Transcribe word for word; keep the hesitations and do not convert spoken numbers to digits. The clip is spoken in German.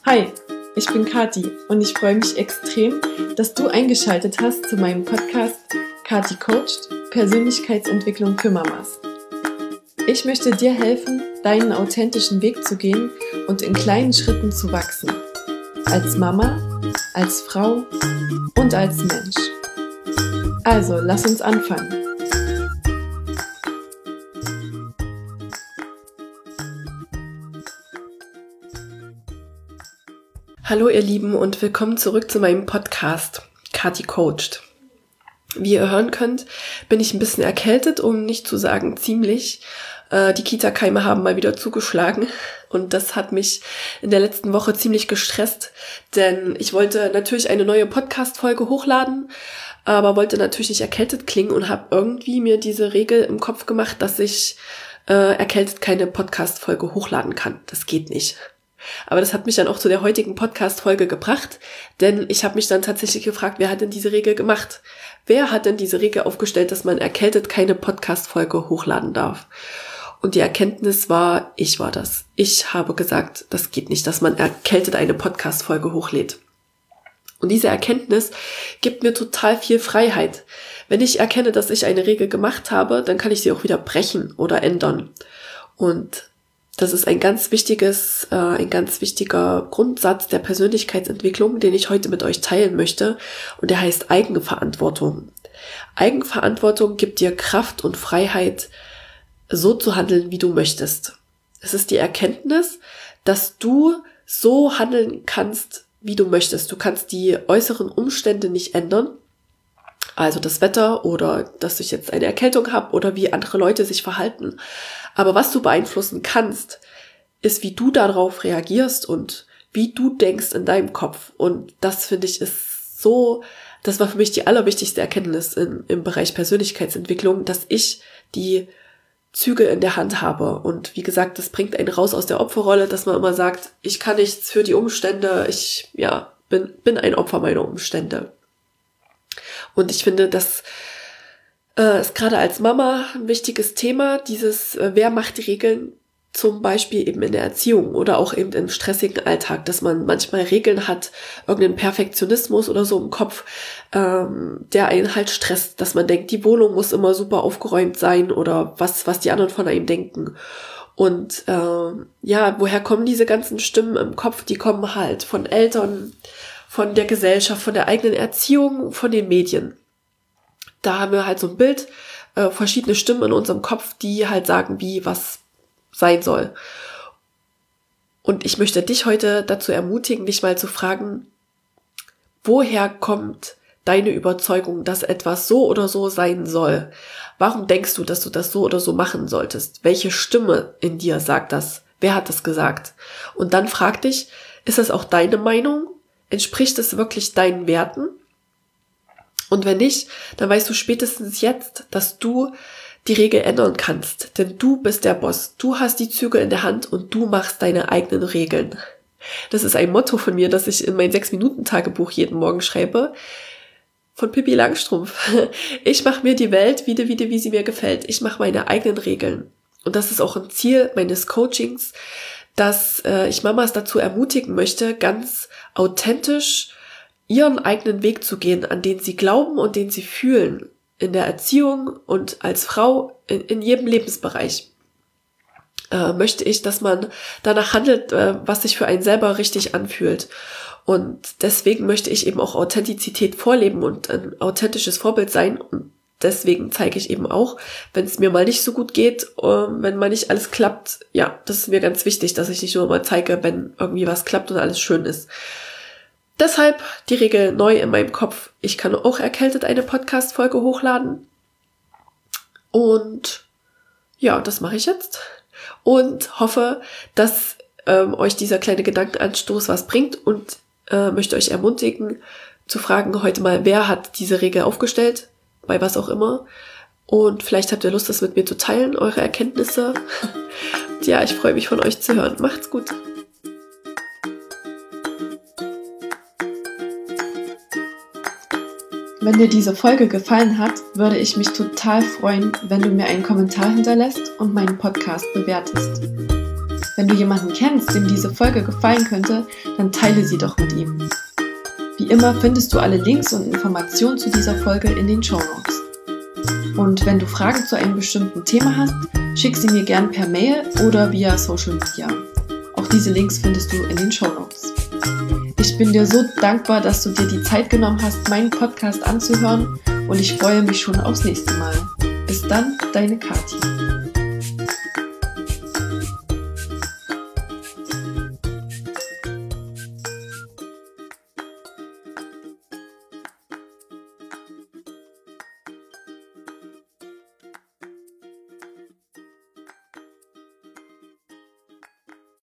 Hi, ich bin Kathi und ich freue mich extrem, dass du eingeschaltet hast zu meinem Podcast Kathi Coacht – Persönlichkeitsentwicklung für Mamas. Ich möchte dir helfen, deinen authentischen Weg zu gehen und in kleinen Schritten zu wachsen. Als Mama, als Frau und als Mensch. Also, lass uns anfangen. Hallo ihr Lieben und willkommen zurück zu meinem Podcast Kathi Coacht. Wie ihr hören könnt, bin ich ein bisschen erkältet, um nicht zu sagen ziemlich. Äh, die Kita-Keime haben mal wieder zugeschlagen und das hat mich in der letzten Woche ziemlich gestresst, denn ich wollte natürlich eine neue Podcast-Folge hochladen, aber wollte natürlich nicht erkältet klingen und habe irgendwie mir diese Regel im Kopf gemacht, dass ich äh, erkältet keine Podcast-Folge hochladen kann. Das geht nicht. Aber das hat mich dann auch zu der heutigen Podcast-Folge gebracht, denn ich habe mich dann tatsächlich gefragt, wer hat denn diese Regel gemacht? Wer hat denn diese Regel aufgestellt, dass man erkältet keine Podcast-Folge hochladen darf? Und die Erkenntnis war, ich war das. Ich habe gesagt, das geht nicht, dass man erkältet eine Podcast-Folge hochlädt. Und diese Erkenntnis gibt mir total viel Freiheit. Wenn ich erkenne, dass ich eine Regel gemacht habe, dann kann ich sie auch wieder brechen oder ändern. Und das ist ein ganz wichtiges, äh, ein ganz wichtiger Grundsatz der Persönlichkeitsentwicklung, den ich heute mit euch teilen möchte. Und der heißt Eigenverantwortung. Eigenverantwortung gibt dir Kraft und Freiheit, so zu handeln, wie du möchtest. Es ist die Erkenntnis, dass du so handeln kannst, wie du möchtest. Du kannst die äußeren Umstände nicht ändern. Also das Wetter oder dass ich jetzt eine Erkältung habe oder wie andere Leute sich verhalten. Aber was du beeinflussen kannst, ist, wie du darauf reagierst und wie du denkst in deinem Kopf. Und das, finde ich, ist so, das war für mich die allerwichtigste Erkenntnis in, im Bereich Persönlichkeitsentwicklung, dass ich die Zügel in der Hand habe. Und wie gesagt, das bringt einen raus aus der Opferrolle, dass man immer sagt, ich kann nichts für die Umstände, ich ja bin, bin ein Opfer meiner Umstände. Und ich finde, das äh, ist gerade als Mama ein wichtiges Thema, dieses, äh, wer macht die Regeln, zum Beispiel eben in der Erziehung oder auch eben im stressigen Alltag, dass man manchmal Regeln hat, irgendeinen Perfektionismus oder so im Kopf, ähm, der einen halt stresst, dass man denkt, die Wohnung muss immer super aufgeräumt sein oder was, was die anderen von einem denken. Und ähm, ja, woher kommen diese ganzen Stimmen im Kopf? Die kommen halt von Eltern, von der Gesellschaft, von der eigenen Erziehung, von den Medien. Da haben wir halt so ein Bild, äh, verschiedene Stimmen in unserem Kopf, die halt sagen, wie was sein soll. Und ich möchte dich heute dazu ermutigen, dich mal zu fragen, woher kommt deine Überzeugung, dass etwas so oder so sein soll? Warum denkst du, dass du das so oder so machen solltest? Welche Stimme in dir sagt das? Wer hat das gesagt? Und dann frag dich, ist das auch deine Meinung? Entspricht es wirklich deinen Werten? Und wenn nicht, dann weißt du spätestens jetzt, dass du die Regel ändern kannst. Denn du bist der Boss. Du hast die Zügel in der Hand und du machst deine eigenen Regeln. Das ist ein Motto von mir, das ich in mein sechs-Minuten-Tagebuch jeden Morgen schreibe. Von Pippi Langstrumpf. Ich mache mir die Welt wieder, wieder, wie sie mir gefällt. Ich mache meine eigenen Regeln. Und das ist auch ein Ziel meines Coachings, dass äh, ich Mamas dazu ermutigen möchte, ganz authentisch ihren eigenen Weg zu gehen, an den sie glauben und den sie fühlen, in der Erziehung und als Frau in, in jedem Lebensbereich. Äh, möchte ich, dass man danach handelt, äh, was sich für einen selber richtig anfühlt. Und deswegen möchte ich eben auch Authentizität vorleben und ein authentisches Vorbild sein. Und deswegen zeige ich eben auch, wenn es mir mal nicht so gut geht, äh, wenn mal nicht alles klappt, ja, das ist mir ganz wichtig, dass ich nicht nur mal zeige, wenn irgendwie was klappt und alles schön ist. Deshalb die Regel neu in meinem Kopf. Ich kann auch erkältet eine Podcast-Folge hochladen. Und ja, das mache ich jetzt. Und hoffe, dass ähm, euch dieser kleine Gedankenanstoß was bringt und äh, möchte euch ermutigen, zu fragen heute mal, wer hat diese Regel aufgestellt, bei was auch immer. Und vielleicht habt ihr Lust, das mit mir zu teilen, eure Erkenntnisse. Ja, ich freue mich von euch zu hören. Macht's gut. Wenn dir diese Folge gefallen hat, würde ich mich total freuen, wenn du mir einen Kommentar hinterlässt und meinen Podcast bewertest. Wenn du jemanden kennst, dem diese Folge gefallen könnte, dann teile sie doch mit ihm. Wie immer findest du alle Links und Informationen zu dieser Folge in den Shownotes. Und wenn du Fragen zu einem bestimmten Thema hast, schick sie mir gern per Mail oder via Social Media. Auch diese Links findest du in den Shownotes. Ich bin dir so dankbar, dass du dir die Zeit genommen hast, meinen Podcast anzuhören und ich freue mich schon aufs nächste Mal. Bis dann, deine Kathi.